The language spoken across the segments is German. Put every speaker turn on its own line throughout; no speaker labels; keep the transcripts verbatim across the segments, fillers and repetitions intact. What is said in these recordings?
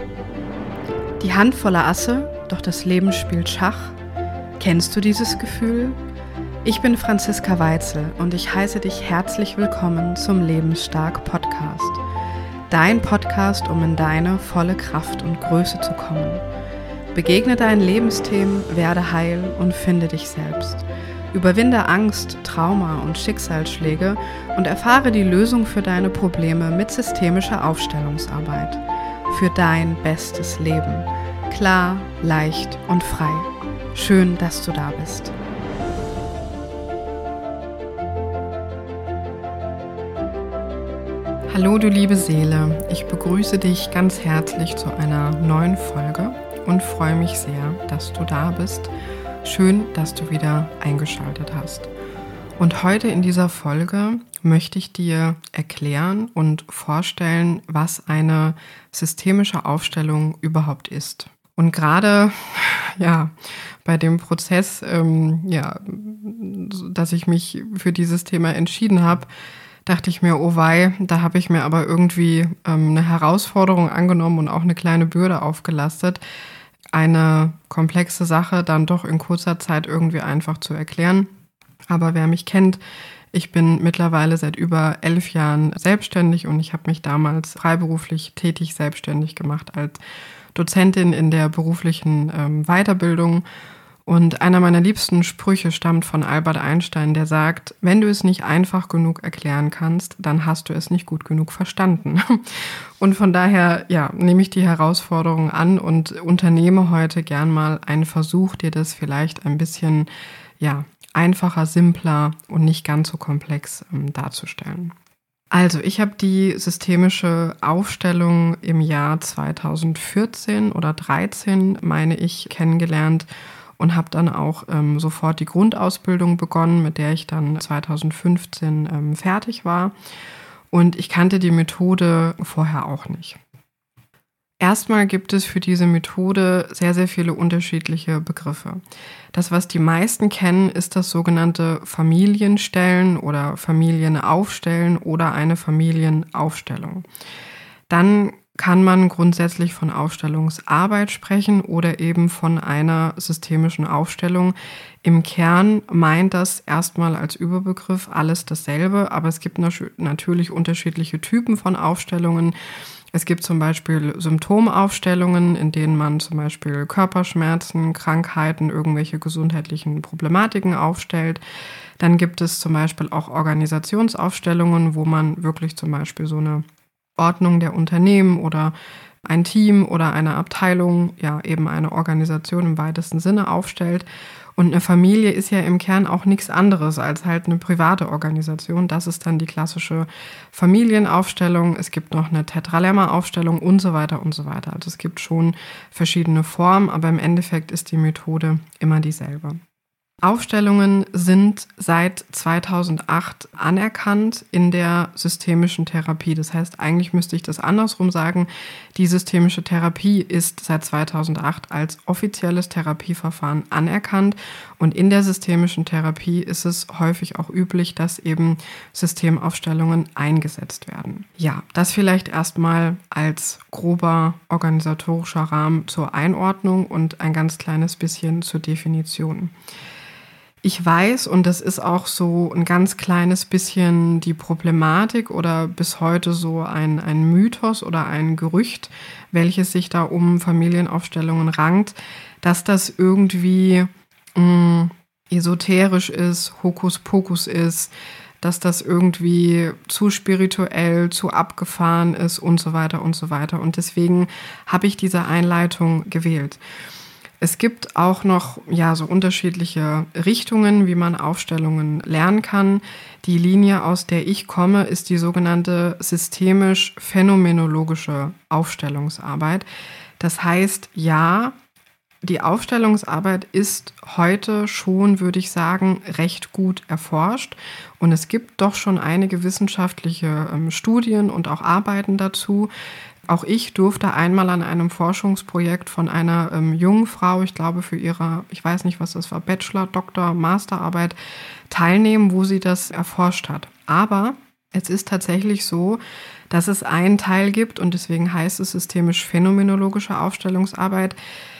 Die Hand voller Asse, doch das Leben spielt Schach. Kennst du dieses Gefühl? Ich bin Franziska Weitzel und ich heiße dich herzlich willkommen zum Lebensstark Podcast. Dein Podcast, um in deine volle Kraft und Größe zu kommen. Begegne deinen Lebensthemen, werde heil und finde dich selbst. Überwinde Angst, Trauma und Schicksalsschläge und erfahre die Lösung für deine Probleme mit systemischer Aufstellungsarbeit. Für dein bestes Leben. Klar, leicht und frei. Schön, dass du da bist. Hallo du liebe Seele, ich begrüße dich ganz herzlich zu einer neuen Folge und freue mich sehr, dass du da bist. Schön, dass du wieder eingeschaltet hast. Und heute in dieser Folge möchte ich dir erklären und vorstellen, was eine systemische Aufstellung überhaupt ist. Und gerade ja, bei dem Prozess, ähm, ja, dass ich mich für dieses Thema entschieden habe, dachte ich mir, oh wei, da habe ich mir aber irgendwie ähm, eine Herausforderung angenommen und auch eine kleine Bürde aufgelastet, eine komplexe Sache dann doch in kurzer Zeit irgendwie einfach zu erklären. Aber wer mich kennt, ich bin mittlerweile seit über elf Jahren selbstständig und ich habe mich damals freiberuflich tätig selbstständig gemacht als Dozentin in der beruflichen ähm, Weiterbildung. Und einer meiner liebsten Sprüche stammt von Albert Einstein, der sagt, wenn du es nicht einfach genug erklären kannst, dann hast du es nicht gut genug verstanden. Und von daher ja, nehme ich die Herausforderung an und unternehme heute gern mal einen Versuch, dir das vielleicht ein bisschen ja, einfacher, simpler und nicht ganz so komplex ähm, darzustellen. Also, ich habe die systemische Aufstellung im Jahr zweitausendvierzehn oder dreizehn, meine ich, kennengelernt und habe dann auch ähm, sofort die Grundausbildung begonnen, mit der ich dann zweitausendfünfzehn ähm, fertig war. Und ich kannte die Methode vorher auch nicht. Erstmal gibt es für diese Methode sehr, sehr viele unterschiedliche Begriffe. Das, was die meisten kennen, ist das sogenannte Familienstellen oder Familienaufstellen oder eine Familienaufstellung. Dann kann man grundsätzlich von Aufstellungsarbeit sprechen oder eben von einer systemischen Aufstellung. Im Kern meint das erstmal als Überbegriff alles dasselbe, aber es gibt natürlich unterschiedliche Typen von Aufstellungen. Es gibt zum Beispiel Symptomaufstellungen, in denen man zum Beispiel Körperschmerzen, Krankheiten, irgendwelche gesundheitlichen Problematiken aufstellt. Dann gibt es zum Beispiel auch Organisationsaufstellungen, wo man wirklich zum Beispiel so eine Ordnung der Unternehmen oder ein Team oder eine Abteilung, ja eben eine Organisation im weitesten Sinne aufstellt. Und eine Familie ist ja im Kern auch nichts anderes als halt eine private Organisation. Das ist dann die klassische Familienaufstellung. Es gibt noch eine Tetralemma-Aufstellung und so weiter und so weiter. Also es gibt schon verschiedene Formen, aber im Endeffekt ist die Methode immer dieselbe. Aufstellungen sind seit zweitausendacht anerkannt in der systemischen Therapie. Das heißt, eigentlich müsste ich das andersrum sagen. Die systemische Therapie ist seit zweitausendacht als offizielles Therapieverfahren anerkannt. Und in der systemischen Therapie ist es häufig auch üblich, dass eben Systemaufstellungen eingesetzt werden. Ja, das vielleicht erstmal als grober organisatorischer Rahmen zur Einordnung und ein ganz kleines bisschen zur Definition. Ich weiß, und das ist auch so ein ganz kleines bisschen die Problematik oder bis heute so ein, ein Mythos oder ein Gerücht, welches sich da um Familienaufstellungen rankt, dass das irgendwie mh, esoterisch ist, Hokuspokus ist, dass das irgendwie zu spirituell, zu abgefahren ist und so weiter und so weiter. Und deswegen habe ich diese Einleitung gewählt. Es gibt auch noch ja, so unterschiedliche Richtungen, wie man Aufstellungen lernen kann. Die Linie, aus der ich komme, ist die sogenannte systemisch-phänomenologische Aufstellungsarbeit. Das heißt, ja, die Aufstellungsarbeit ist heute schon, würde ich sagen, recht gut erforscht. Und es gibt doch schon einige wissenschaftliche ähm, Studien und auch Arbeiten dazu. Auch ich durfte einmal an einem Forschungsprojekt von einer ähm, jungen Frau, ich glaube für ihre, ich weiß nicht, was das war, Bachelor-, Doktor-, Masterarbeit teilnehmen, wo sie das erforscht hat. Aber Es ist tatsächlich so, dass es einen Teil gibt, und deswegen heißt es systemisch-phänomenologische Aufstellungsarbeit,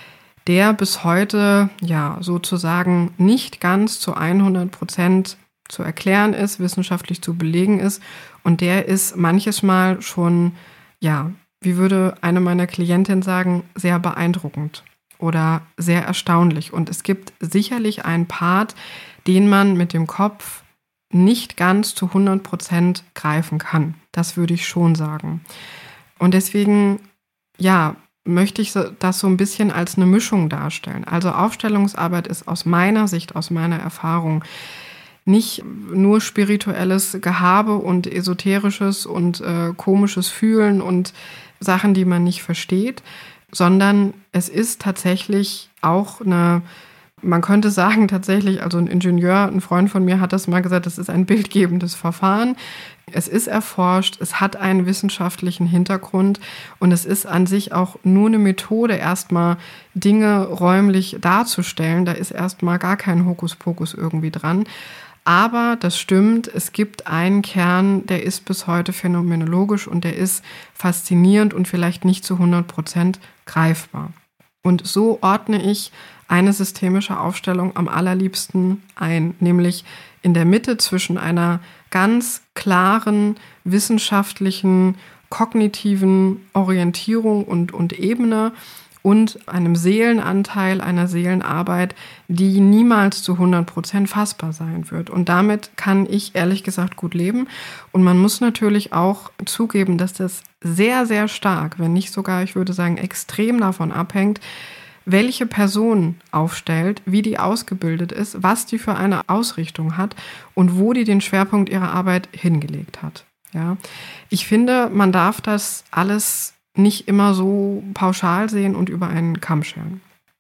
der bis heute ja sozusagen nicht ganz zu hundert Prozent zu erklären ist, wissenschaftlich zu belegen ist. Und der ist manches Mal schon, ja, wie würde eine meiner Klientinnen sagen, sehr beeindruckend oder sehr erstaunlich. Und es gibt sicherlich einen Part, den man mit dem Kopf nicht ganz zu hundert Prozent greifen kann. Das würde ich schon sagen. Und deswegen, ja, möchte ich das so ein bisschen als eine Mischung darstellen. Also Aufstellungsarbeit ist aus meiner Sicht, aus meiner Erfahrung nicht nur spirituelles Gehabe und esoterisches und äh, komisches Fühlen und Sachen, die man nicht versteht, sondern es ist tatsächlich auch eine, man könnte sagen tatsächlich, also ein Ingenieur, ein Freund von mir hat das mal gesagt, das ist ein bildgebendes Verfahren. Es ist erforscht, es hat einen wissenschaftlichen Hintergrund und es ist an sich auch nur eine Methode, erstmal Dinge räumlich darzustellen. Da ist erstmal gar kein Hokuspokus irgendwie dran. Aber das stimmt, es gibt einen Kern, der ist bis heute phänomenologisch und der ist faszinierend und vielleicht nicht zu hundert Prozent greifbar. Und so ordne ich eine systemische Aufstellung am allerliebsten ein, nämlich in der Mitte zwischen einer ganz klaren wissenschaftlichen, kognitiven Orientierung und, und Ebene und einem Seelenanteil, einer Seelenarbeit, die niemals zu hundert Prozent fassbar sein wird. Und damit kann ich ehrlich gesagt gut leben. Und man muss natürlich auch zugeben, dass das sehr, sehr stark, wenn nicht sogar, ich würde sagen, extrem davon abhängt, welche Person aufstellt, wie die ausgebildet ist, was die für eine Ausrichtung hat und wo die den Schwerpunkt ihrer Arbeit hingelegt hat. Ja, ich finde, man darf das alles nicht immer so pauschal sehen und über einen Kamm scheren.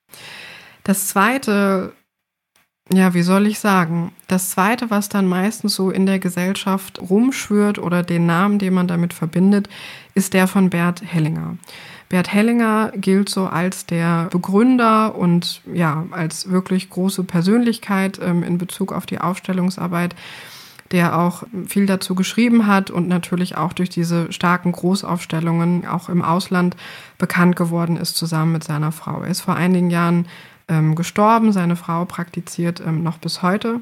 Das Zweite, ja, wie soll ich sagen, das Zweite, was dann meistens so in der Gesellschaft rumschwirrt oder den Namen, den man damit verbindet, ist der von Bert Hellinger. Bert Hellinger gilt so als der Begründer und ja, als wirklich große Persönlichkeit ähm, in Bezug auf die Aufstellungsarbeit, der auch viel dazu geschrieben hat und natürlich auch durch diese starken Großaufstellungen auch im Ausland bekannt geworden ist, zusammen mit seiner Frau. Er ist vor einigen Jahren ähm, gestorben, seine Frau praktiziert ähm, noch bis heute.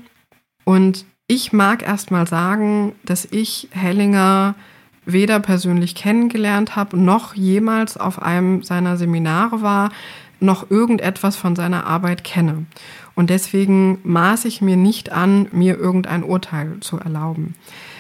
Und ich mag erst mal sagen, dass ich Hellinger weder persönlich kennengelernt habe, noch jemals auf einem seiner Seminare war, noch irgendetwas von seiner Arbeit kenne. Und deswegen maße ich mir nicht an, mir irgendein Urteil zu erlauben.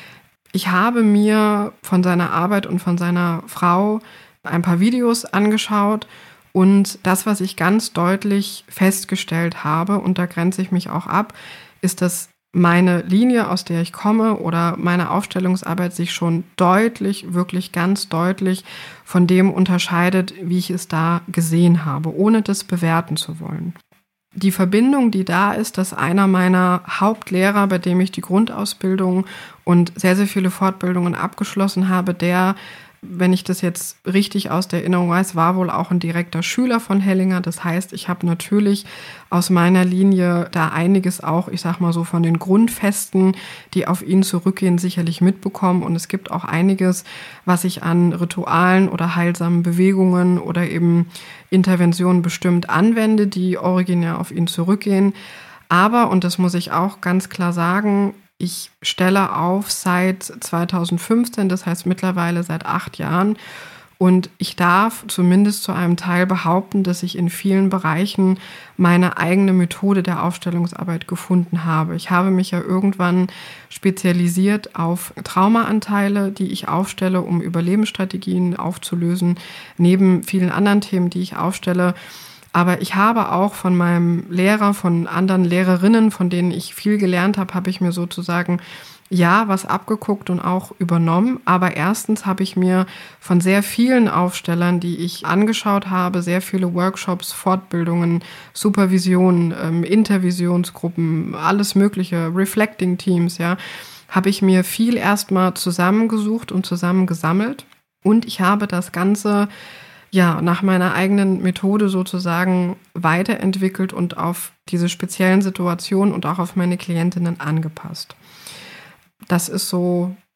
Ich habe mir von seiner Arbeit und von seiner Frau ein paar Videos angeschaut und das, was ich ganz deutlich festgestellt habe, und da grenze ich mich auch ab, ist, dass meine Linie, aus der ich komme, oder meine Aufstellungsarbeit sich schon deutlich, wirklich ganz deutlich von dem unterscheidet, wie ich es da gesehen habe, ohne das bewerten zu wollen. Die Verbindung, die da ist, dass einer meiner Hauptlehrer, bei dem ich die Grundausbildung und sehr, sehr viele Fortbildungen abgeschlossen habe, der, wenn ich das jetzt richtig aus der Erinnerung weiß, war wohl auch ein direkter Schüler von Hellinger. Das heißt, ich habe natürlich aus meiner Linie da einiges auch, ich sag mal so, von den Grundfesten, die auf ihn zurückgehen, sicherlich mitbekommen. Und es gibt auch einiges, was ich an Ritualen oder heilsamen Bewegungen oder eben Interventionen bestimmt anwende, die originär auf ihn zurückgehen. Aber, und das muss ich auch ganz klar sagen, ich stelle auf seit zweitausendfünfzehn, das heißt mittlerweile seit acht Jahren. Und ich darf zumindest zu einem Teil behaupten, dass ich in vielen Bereichen meine eigene Methode der Aufstellungsarbeit gefunden habe. Ich habe mich ja irgendwann spezialisiert auf Traumaanteile, die ich aufstelle, um Überlebensstrategien aufzulösen, neben vielen anderen Themen, die ich aufstelle. Aber ich habe auch von meinem Lehrer, von anderen Lehrerinnen, von denen ich viel gelernt habe, habe ich mir sozusagen ja was abgeguckt und auch übernommen. Aber erstens habe ich mir von sehr vielen Aufstellern, die ich angeschaut habe, sehr viele Workshops, Fortbildungen, Supervisionen, ähm, Intervisionsgruppen, alles mögliche, Reflecting Teams, ja, habe ich mir viel erstmal zusammengesucht und zusammengesammelt. Und ich habe das Ganze ja, nach meiner eigenen Methode sozusagen weiterentwickelt und auf diese speziellen Situationen und auch auf meine Klientinnen angepasst. Das ist so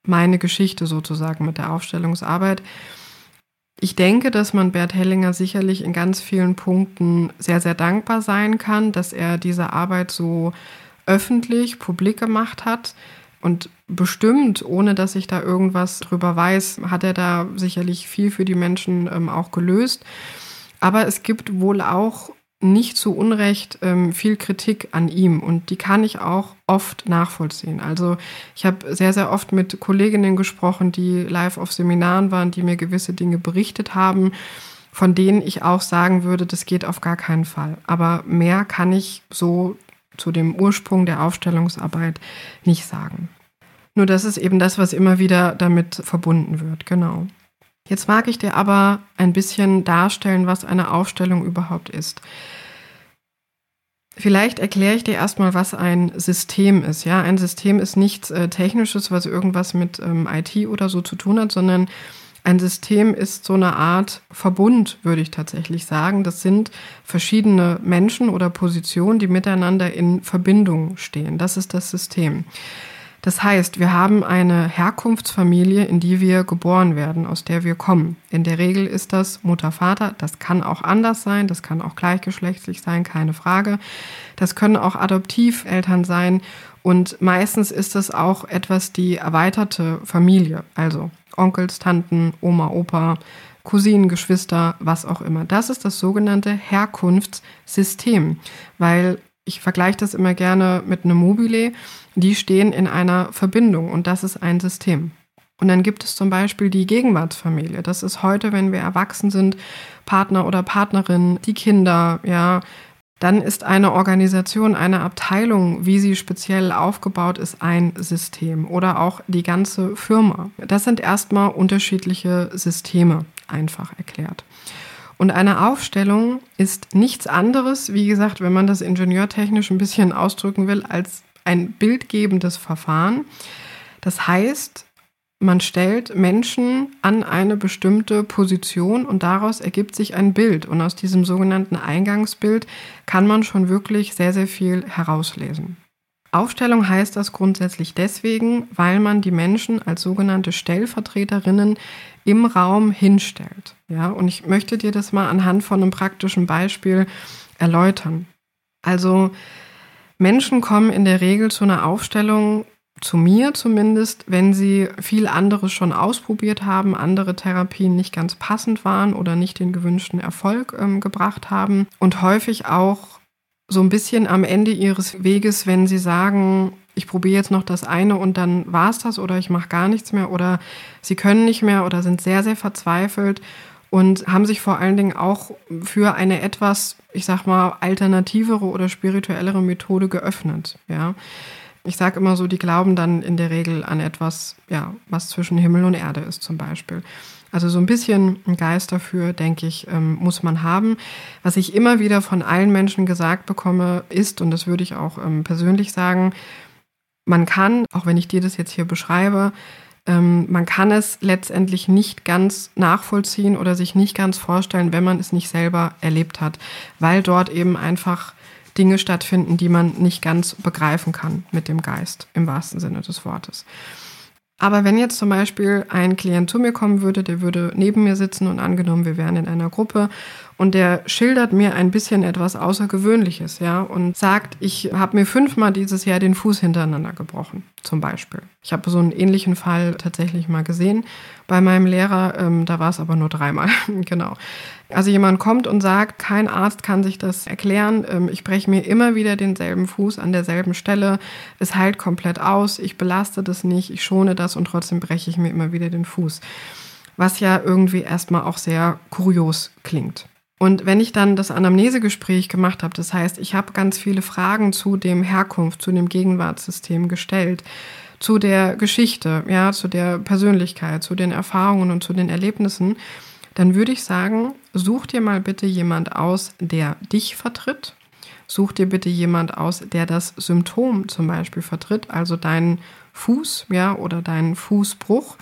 meine Geschichte sozusagen mit der Aufstellungsarbeit. Ich denke, dass man Bert Hellinger sicherlich in ganz vielen Punkten sehr, sehr dankbar sein kann, dass er diese Arbeit so öffentlich, publik gemacht hat. Und bestimmt, ohne dass ich da irgendwas drüber weiß, hat er da sicherlich viel für die Menschen ähm, auch gelöst. Aber es gibt wohl auch nicht zu Unrecht ähm, viel Kritik an ihm und die kann ich auch oft nachvollziehen. Also ich habe sehr, sehr oft mit Kolleginnen gesprochen, die live auf Seminaren waren, die mir gewisse Dinge berichtet haben, von denen ich auch sagen würde, das geht auf gar keinen Fall. Aber mehr kann ich so zu dem Ursprung der Aufstellungsarbeit nicht sagen. Nur das ist eben das, was immer wieder damit verbunden wird, genau. Jetzt mag ich dir aber ein bisschen darstellen, was eine Aufstellung überhaupt ist. Vielleicht erkläre ich dir erstmal, was ein System ist. Ja, ein System ist nichts äh, Technisches, was irgendwas mit ähm, I T oder so zu tun hat, sondern ein System ist so eine Art Verbund, würde ich tatsächlich sagen. Das sind verschiedene Menschen oder Positionen, die miteinander in Verbindung stehen. Das ist das System. Das heißt, wir haben eine Herkunftsfamilie, in die wir geboren werden, aus der wir kommen. In der Regel ist das Mutter, Vater. Das kann auch anders sein, das kann auch gleichgeschlechtlich sein, keine Frage. Das können auch Adoptiveltern sein und meistens ist das auch etwas die erweiterte Familie, also Onkels, Tanten, Oma, Opa, Cousinen, Geschwister, was auch immer. Das ist das sogenannte Herkunftssystem, weil ich vergleiche das immer gerne mit einem Mobile. Die stehen in einer Verbindung und das ist ein System. Und dann gibt es zum Beispiel die Gegenwartsfamilie. Das ist heute, wenn wir erwachsen sind, Partner oder Partnerin, die Kinder, ja. Dann ist eine Organisation, eine Abteilung, wie sie speziell aufgebaut ist, ein System oder auch die ganze Firma. Das sind erstmal unterschiedliche Systeme, einfach erklärt. Und eine Aufstellung ist nichts anderes, wie gesagt, wenn man das ingenieurtechnisch ein bisschen ausdrücken will, als ein bildgebendes Verfahren. Das heißt, man stellt Menschen an eine bestimmte Position und daraus ergibt sich ein Bild. Und aus diesem sogenannten Eingangsbild kann man schon wirklich sehr, sehr viel herauslesen. Aufstellung heißt das grundsätzlich deswegen, weil man die Menschen als sogenannte Stellvertreterinnen im Raum hinstellt. Ja, und ich möchte dir das mal anhand von einem praktischen Beispiel erläutern. Also Menschen kommen in der Regel zu einer Aufstellung, zu mir zumindest, wenn sie viel anderes schon ausprobiert haben, andere Therapien nicht ganz passend waren oder nicht den gewünschten Erfolg ähm, gebracht haben und häufig auch so ein bisschen am Ende ihres Weges, wenn sie sagen, ich probiere jetzt noch das eine und dann war es das oder ich mache gar nichts mehr oder sie können nicht mehr oder sind sehr, sehr verzweifelt und haben sich vor allen Dingen auch für eine etwas, ich sag mal, alternativere oder spirituellere Methode geöffnet. Ja. Ich sage immer so, die glauben dann in der Regel an etwas, ja, was zwischen Himmel und Erde ist zum Beispiel. Also so ein bisschen ein Geist dafür, denke ich, ähm, muss man haben. Was ich immer wieder von allen Menschen gesagt bekomme, ist, und das würde ich auch ähm, persönlich sagen, man kann, auch wenn ich dir das jetzt hier beschreibe, ähm, man kann es letztendlich nicht ganz nachvollziehen oder sich nicht ganz vorstellen, wenn man es nicht selber erlebt hat, weil dort eben einfach Dinge stattfinden, die man nicht ganz begreifen kann mit dem Geist, im wahrsten Sinne des Wortes. Aber wenn jetzt zum Beispiel ein Klient zu mir kommen würde, der würde neben mir sitzen und angenommen, wir wären in einer Gruppe und der schildert mir ein bisschen etwas Außergewöhnliches, ja, und sagt, ich habe mir fünfmal dieses Jahr den Fuß hintereinander gebrochen, zum Beispiel. Ich habe so einen ähnlichen Fall tatsächlich mal gesehen bei meinem Lehrer, ähm, da war es aber nur dreimal, genau. Also jemand kommt und sagt, kein Arzt kann sich das erklären, ähm, ich breche mir immer wieder denselben Fuß an derselben Stelle, es heilt komplett aus, ich belaste das nicht, ich schone das und trotzdem breche ich mir immer wieder den Fuß. Was ja irgendwie erstmal auch sehr kurios klingt. Und wenn ich dann das Anamnesegespräch gemacht habe, das heißt, ich habe ganz viele Fragen zu dem Herkunft, zu dem Gegenwartssystem gestellt, zu der Geschichte, ja, zu der Persönlichkeit, zu den Erfahrungen und zu den Erlebnissen, dann würde ich sagen, such dir mal bitte jemand aus, der dich vertritt. Such dir bitte jemand aus, der das Symptom zum Beispiel vertritt, also deinen Fuß, ja, oder deinen Fußbruch.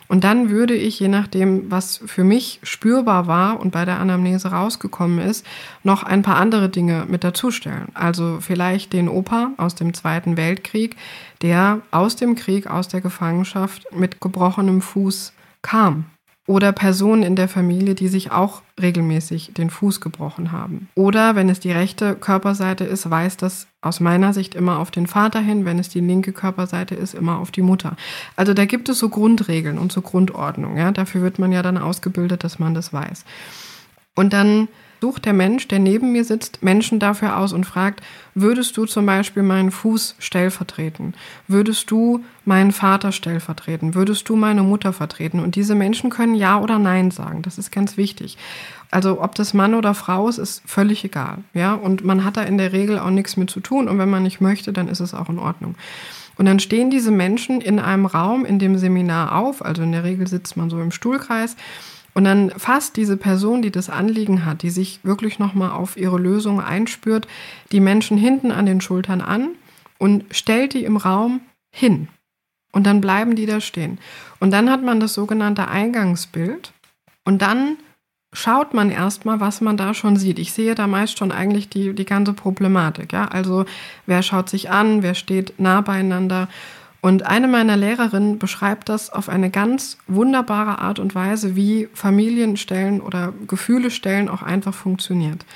Und dann würde ich, je nachdem, was für mich spürbar war und bei der Anamnese rausgekommen ist, noch ein paar andere Dinge mit dazustellen. Also vielleicht den Opa aus dem Zweiten Weltkrieg, der aus dem Krieg, aus der Gefangenschaft mit gebrochenem Fuß kam. Oder Personen in der Familie, die sich auch regelmäßig den Fuß gebrochen haben. Oder wenn es die rechte Körperseite ist, weist das aus meiner Sicht immer auf den Vater hin. Wenn es die linke Körperseite ist, immer auf die Mutter. Also da gibt es so Grundregeln und so Grundordnung. Ja? Dafür wird man ja dann ausgebildet, dass man das weiß. Und dann sucht der Mensch, der neben mir sitzt, Menschen dafür aus und fragt, würdest du zum Beispiel meinen Fuß stellvertreten? Würdest du meinen Vater stellvertreten? Würdest du meine Mutter vertreten? Und diese Menschen können Ja oder Nein sagen. Das ist ganz wichtig. Also ob das Mann oder Frau ist, ist völlig egal. Ja? Und man hat da in der Regel auch nichts mit zu tun. Und wenn man nicht möchte, dann ist es auch in Ordnung. Und dann stehen diese Menschen in einem Raum in dem Seminar auf. Also in der Regel sitzt man so im Stuhlkreis. Und dann fasst diese Person, die das Anliegen hat, die sich wirklich nochmal auf ihre Lösung einspürt, die Menschen hinten an den Schultern an und stellt die im Raum hin. Und dann bleiben die da stehen. Und dann hat man das sogenannte Eingangsbild. Und dann schaut man erstmal, was man da schon sieht. Ich sehe da meist schon eigentlich die, die ganze Problematik. Ja? Also wer schaut sich an, wer steht nah beieinander. Und eine meiner Lehrerinnen beschreibt das auf eine ganz wunderbare Art und Weise, wie Familienstellen oder Gefühlestellen auch einfach funktioniert.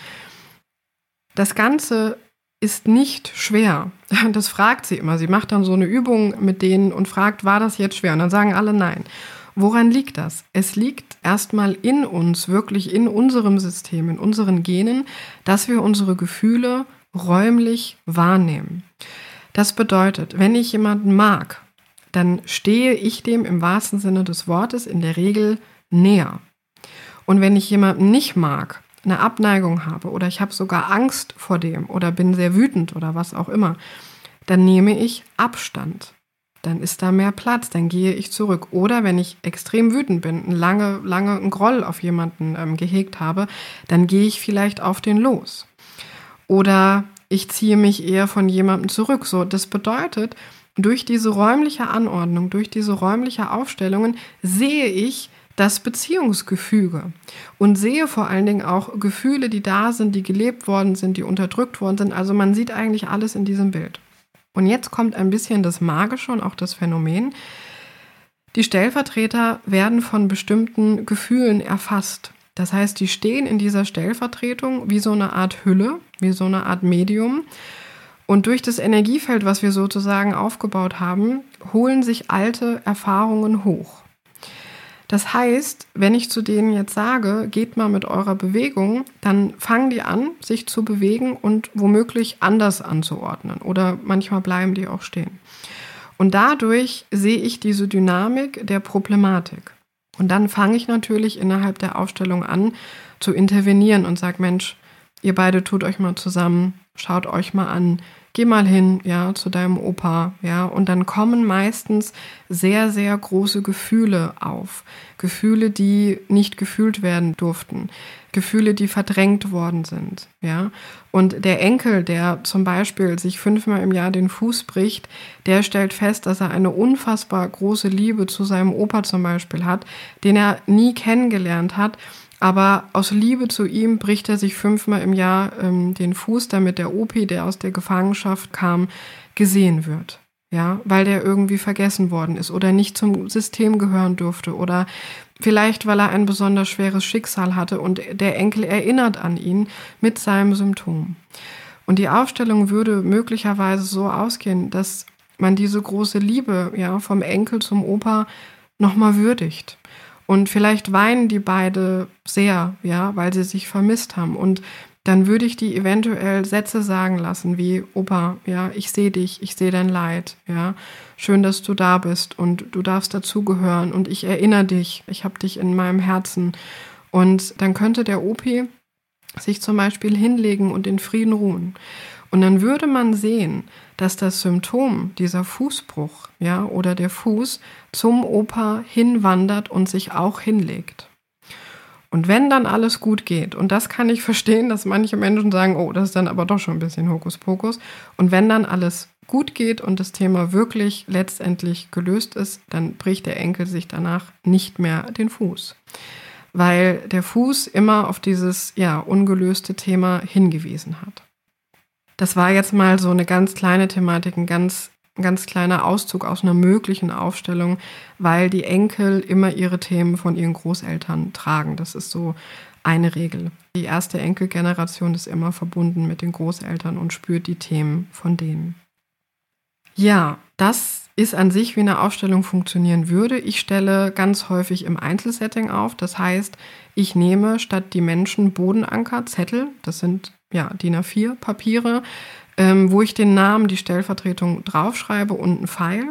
Das Ganze ist nicht schwer. Das fragt sie immer. Sie macht dann so eine Übung mit denen und fragt, war das jetzt schwer? Und dann sagen alle nein. Woran liegt das? Es liegt erstmal in uns, wirklich in unserem System, in unseren Genen, dass wir unsere Gefühle räumlich wahrnehmen. Das bedeutet, wenn ich jemanden mag, dann stehe ich dem im wahrsten Sinne des Wortes in der Regel näher. Und wenn ich jemanden nicht mag, eine Abneigung habe oder ich habe sogar Angst vor dem oder bin sehr wütend oder was auch immer, dann nehme ich Abstand. Dann ist da mehr Platz, dann gehe ich zurück. Oder wenn ich extrem wütend bin, lange, lange einen Groll auf jemanden ähm, gehegt habe, dann gehe ich vielleicht auf den los. Oder ich ziehe mich eher von jemandem zurück. So, das bedeutet, durch diese räumliche Anordnung, durch diese räumliche Aufstellungen sehe ich das Beziehungsgefüge und sehe vor allen Dingen auch Gefühle, die da sind, die gelebt worden sind, die unterdrückt worden sind. Also man sieht eigentlich alles in diesem Bild. Und jetzt kommt ein bisschen das Magische und auch das Phänomen. Die Stellvertreter werden von bestimmten Gefühlen erfasst. Das heißt, die stehen in dieser Stellvertretung wie so eine Art Hülle, wie so eine Art Medium. Und durch das Energiefeld, was wir sozusagen aufgebaut haben, holen sich alte Erfahrungen hoch. Das heißt, wenn ich zu denen jetzt sage, geht mal mit eurer Bewegung, dann fangen die an, sich zu bewegen und womöglich anders anzuordnen. Oder manchmal bleiben die auch stehen. Und dadurch sehe ich diese Dynamik der Problematik. Und dann fange ich natürlich innerhalb der Aufstellung an zu intervenieren und sage, Mensch, ihr beide tut euch mal zusammen, schaut euch mal an, geh mal hin, ja, zu deinem Opa, ja, und dann kommen meistens sehr, sehr große Gefühle auf. Gefühle, die nicht gefühlt werden durften. Gefühle, die verdrängt worden sind, ja. Und der Enkel, der zum Beispiel sich fünfmal im Jahr den Fuß bricht, der stellt fest, dass er eine unfassbar große Liebe zu seinem Opa zum Beispiel hat, den er nie kennengelernt hat. Aber aus Liebe zu ihm bricht er sich fünfmal im Jahr ähm, den Fuß, damit der Opi, der aus der Gefangenschaft kam, gesehen wird. Ja, weil der irgendwie vergessen worden ist oder nicht zum System gehören durfte oder vielleicht, weil er ein besonders schweres Schicksal hatte und der Enkel erinnert an ihn mit seinem Symptom. Und die Aufstellung würde möglicherweise so ausgehen, dass man diese große Liebe, ja, vom Enkel zum Opa nochmal würdigt. Und vielleicht weinen die beide sehr, ja, weil sie sich vermisst haben. Und dann würde ich die eventuell Sätze sagen lassen, wie, Opa, ja, ich sehe dich, ich sehe dein Leid, ja, schön, dass du da bist und du darfst dazugehören und ich erinnere dich, ich habe dich in meinem Herzen. Und dann könnte der Opi sich zum Beispiel hinlegen und in Frieden ruhen. Und dann würde man sehen, dass das Symptom, dieser Fußbruch, ja, oder der Fuß zum Opa hinwandert und sich auch hinlegt. Und wenn dann alles gut geht, und das kann ich verstehen, dass manche Menschen sagen, oh, das ist dann aber doch schon ein bisschen Hokuspokus, und wenn dann alles gut geht und das Thema wirklich letztendlich gelöst ist, dann bricht der Enkel sich danach nicht mehr den Fuß. Weil der Fuß immer auf dieses ja, ungelöste Thema hingewiesen hat. Das war jetzt mal so eine ganz kleine Thematik, ein ganz, ganz kleiner Auszug aus einer möglichen Aufstellung, weil die Enkel immer ihre Themen von ihren Großeltern tragen. Das ist so eine Regel. Die erste Enkelgeneration ist immer verbunden mit den Großeltern und spürt die Themen von denen. Ja, das ist an sich, wie eine Aufstellung funktionieren würde. Ich stelle ganz häufig im Einzelsetting auf. Das heißt, ich nehme statt die Menschen Bodenanker, Zettel, das sind ja D I N A vier Papiere, ähm, wo ich den Namen, die Stellvertretung draufschreibe und einen Pfeil.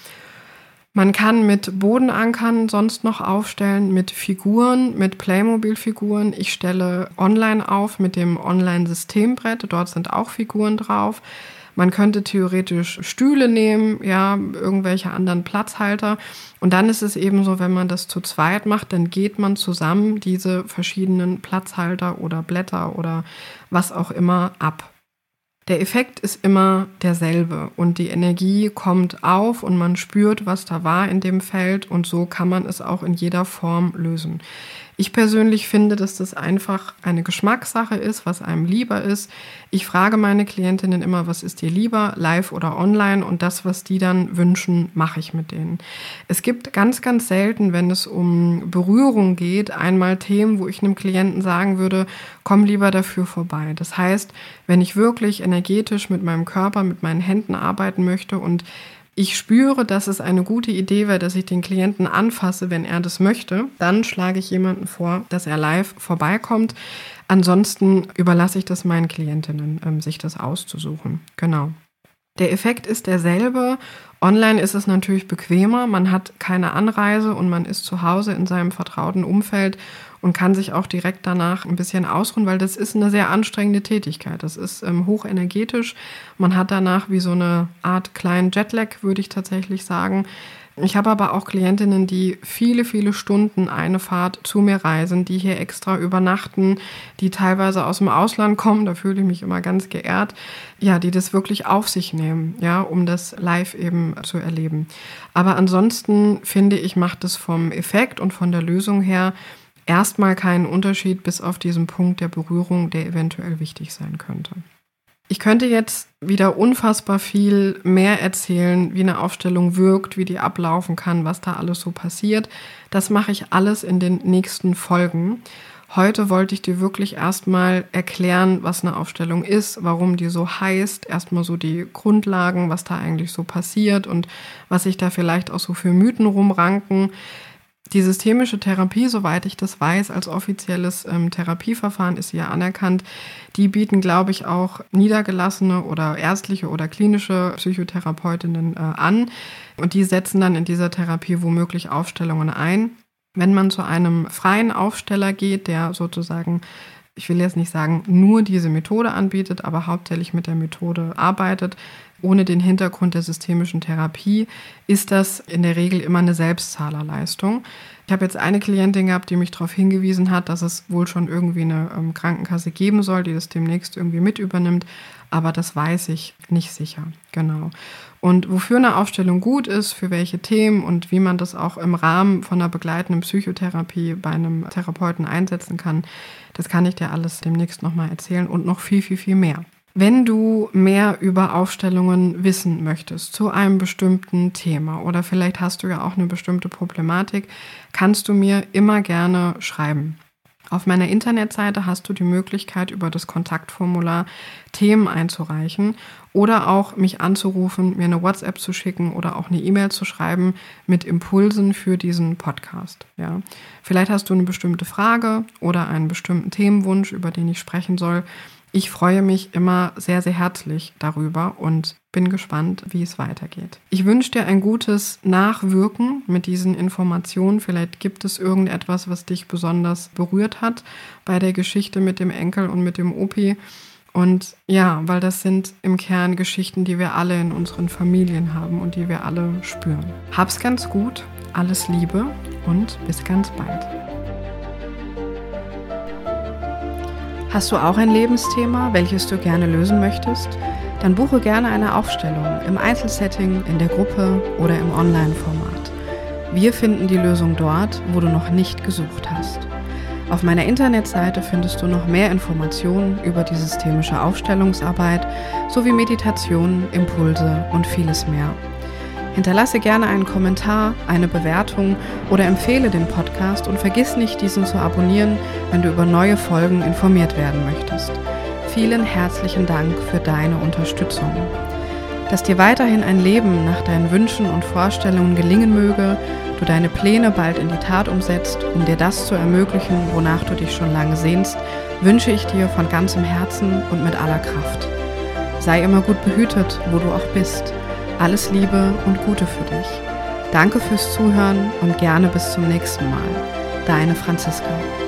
Man kann mit Bodenankern sonst noch aufstellen, mit Figuren, mit Playmobil-Figuren. Ich stelle online auf mit dem Online-Systembrett, dort sind auch Figuren drauf. Man könnte theoretisch Stühle nehmen, ja, irgendwelche anderen Platzhalter. Und dann ist es eben so, wenn man das zu zweit macht, dann geht man zusammen diese verschiedenen Platzhalter oder Blätter oder was auch immer ab. Der Effekt ist immer derselbe und die Energie kommt auf und man spürt, was da war in dem Feld und so kann man es auch in jeder Form lösen. Ich persönlich finde, dass das einfach eine Geschmackssache ist, was einem lieber ist. Ich frage meine Klientinnen immer, was ist dir lieber, live oder online? Und das, was die dann wünschen, mache ich mit denen. Es gibt ganz, ganz selten, wenn es um Berührung geht, einmal Themen, wo ich einem Klienten sagen würde, komm lieber dafür vorbei. Das heißt, wenn ich wirklich energetisch mit meinem Körper, mit meinen Händen arbeiten möchte und ich spüre, dass es eine gute Idee wäre, dass ich den Klienten anfasse, wenn er das möchte, dann schlage ich jemanden vor, dass er live vorbeikommt. Ansonsten überlasse ich das meinen Klientinnen, ähm, sich das auszusuchen. Genau. Der Effekt ist derselbe. Online ist es natürlich bequemer. Man hat keine Anreise und man ist zu Hause in seinem vertrauten Umfeld und kann sich auch direkt danach ein bisschen ausruhen, weil das ist eine sehr anstrengende Tätigkeit. Das ist ähm, hochenergetisch. Man hat danach wie so eine Art kleinen Jetlag, würde ich tatsächlich sagen. Ich habe aber auch Klientinnen, die viele, viele Stunden eine Fahrt zu mir reisen, die hier extra übernachten, die teilweise aus dem Ausland kommen, da fühle ich mich immer ganz geehrt, ja, die das wirklich auf sich nehmen, ja, um das live eben zu erleben. Aber ansonsten finde ich, macht es vom Effekt und von der Lösung her erstmal keinen Unterschied bis auf diesen Punkt der Berührung, der eventuell wichtig sein könnte. Ich könnte jetzt wieder unfassbar viel mehr erzählen, wie eine Aufstellung wirkt, wie die ablaufen kann, was da alles so passiert. Das mache ich alles in den nächsten Folgen. Heute wollte ich dir wirklich erstmal erklären, was eine Aufstellung ist, warum die so heißt, erstmal so die Grundlagen, was da eigentlich so passiert und was sich da vielleicht auch so für Mythen rumranken. Die systemische Therapie, soweit ich das weiß, als offizielles ähm, Therapieverfahren ist sie ja anerkannt. Die bieten, glaube ich, auch niedergelassene oder ärztliche oder klinische Psychotherapeutinnen äh, an. Und die setzen dann in dieser Therapie womöglich Aufstellungen ein. Wenn man zu einem freien Aufsteller geht, der sozusagen, ich will jetzt nicht sagen, nur diese Methode anbietet, aber hauptsächlich mit der Methode arbeitet, ohne den Hintergrund der systemischen Therapie, ist das in der Regel immer eine Selbstzahlerleistung. Ich habe jetzt eine Klientin gehabt, die mich darauf hingewiesen hat, dass es wohl schon irgendwie eine ähm, Krankenkasse geben soll, die das demnächst irgendwie mit übernimmt, aber das weiß ich nicht sicher. Genau. Und wofür eine Aufstellung gut ist, für welche Themen und wie man das auch im Rahmen von einer begleitenden Psychotherapie bei einem Therapeuten einsetzen kann, das kann ich dir alles demnächst nochmal erzählen und noch viel, viel, viel mehr. Wenn du mehr über Aufstellungen wissen möchtest zu einem bestimmten Thema oder vielleicht hast du ja auch eine bestimmte Problematik, kannst du mir immer gerne schreiben. Auf meiner Internetseite hast du die Möglichkeit, über das Kontaktformular Themen einzureichen oder auch mich anzurufen, mir eine WhatsApp zu schicken oder auch eine E-Mail zu schreiben mit Impulsen für diesen Podcast. Ja. Vielleicht hast du eine bestimmte Frage oder einen bestimmten Themenwunsch, über den ich sprechen soll. Ich freue mich immer sehr, sehr herzlich darüber und bin gespannt, wie es weitergeht. Ich wünsche dir ein gutes Nachwirken mit diesen Informationen. Vielleicht gibt es irgendetwas, was dich besonders berührt hat bei der Geschichte mit dem Enkel und mit dem Opi. Und ja, weil das sind im Kern Geschichten, die wir alle in unseren Familien haben und die wir alle spüren. Hab's ganz gut, alles Liebe und bis ganz bald. Hast du auch ein Lebensthema, welches du gerne lösen möchtest? dann buche gerne eine Aufstellung im Einzelsetting, in der Gruppe oder im Online-Format. Wir finden die Lösung dort, wo du noch nicht gesucht hast. Auf meiner Internetseite findest du noch mehr Informationen über die systemische Aufstellungsarbeit sowie Meditationen, Impulse und vieles mehr. Hinterlasse gerne einen Kommentar, eine Bewertung oder empfehle den Podcast und vergiss nicht, diesen zu abonnieren, wenn du über neue Folgen informiert werden möchtest. Vielen herzlichen Dank für deine Unterstützung. Dass dir weiterhin ein Leben nach deinen Wünschen und Vorstellungen gelingen möge, du deine Pläne bald in die Tat umsetzt, um dir das zu ermöglichen, wonach du dich schon lange sehnst, wünsche ich dir von ganzem Herzen und mit aller Kraft. Sei immer gut behütet, wo du auch bist. Alles Liebe und Gute für dich. Danke fürs Zuhören und gerne bis zum nächsten Mal. Deine Franziska.